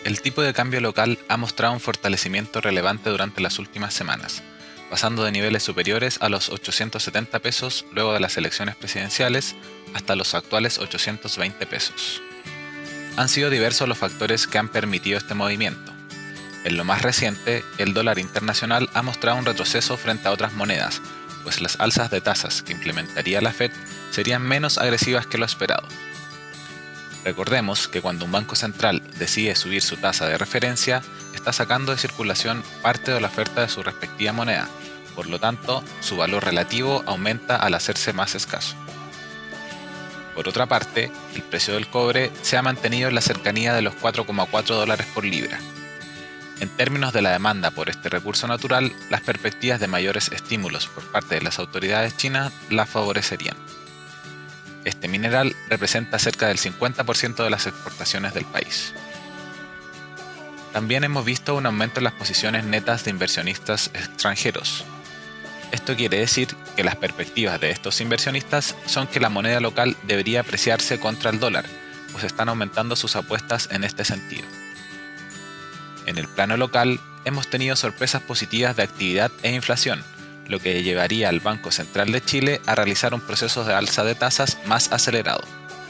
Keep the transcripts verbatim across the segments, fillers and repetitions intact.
el tipo de cambio local ha mostrado un fortalecimiento relevante durante las últimas semanas, pasando de niveles superiores a los ochocientos setenta pesos luego de las elecciones presidenciales hasta los actuales ochocientos veinte pesos. Han sido diversos los factores que han permitido este movimiento. En lo más reciente, el dólar internacional ha mostrado un retroceso frente a otras monedas, pues las alzas de tasas que implementaría la Fed serían menos agresivas que lo esperado. Recordemos que cuando un banco central decide subir su tasa de referencia, está sacando de circulación parte de la oferta de su respectiva moneda, por lo tanto, su valor relativo aumenta al hacerse más escaso. Por otra parte, el precio del cobre se ha mantenido en la cercanía de los cuatro coma cuatro dólares por libra. En términos de la demanda por este recurso natural, las perspectivas de mayores estímulos por parte de las autoridades chinas la favorecerían. Este mineral representa cerca del cincuenta por ciento de las exportaciones del país. También hemos visto un aumento en las posiciones netas de inversionistas extranjeros. Esto quiere decir que las perspectivas de estos inversionistas son que la moneda local debería apreciarse contra el dólar, pues están aumentando sus apuestas en este sentido. En el plano local, hemos tenido sorpresas positivas de actividad e inflación, lo que llevaría al Banco Central de Chile a realizar un proceso de alza de tasas más acelerado.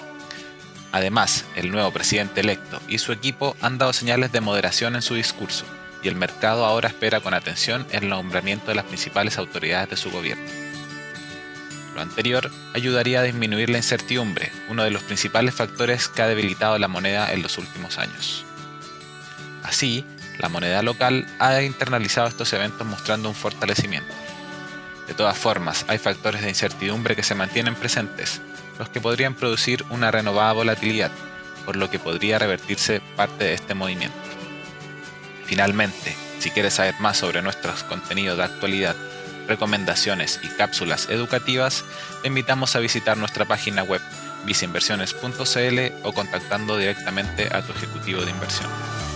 Además, el nuevo presidente electo y su equipo han dado señales de moderación en su discurso, y el mercado ahora espera con atención el nombramiento de las principales autoridades de su gobierno. Lo anterior ayudaría a disminuir la incertidumbre, uno de los principales factores que ha debilitado la moneda en los últimos años. Así, la moneda local ha internalizado estos eventos mostrando un fortalecimiento. De todas formas, hay factores de incertidumbre que se mantienen presentes, los que podrían producir una renovada volatilidad, por lo que podría revertirse parte de este movimiento. Finalmente, si quieres saber más sobre nuestros contenidos de actualidad, recomendaciones y cápsulas educativas, te invitamos a visitar nuestra página web viceinversiones punto c l o contactando directamente a tu ejecutivo de inversión.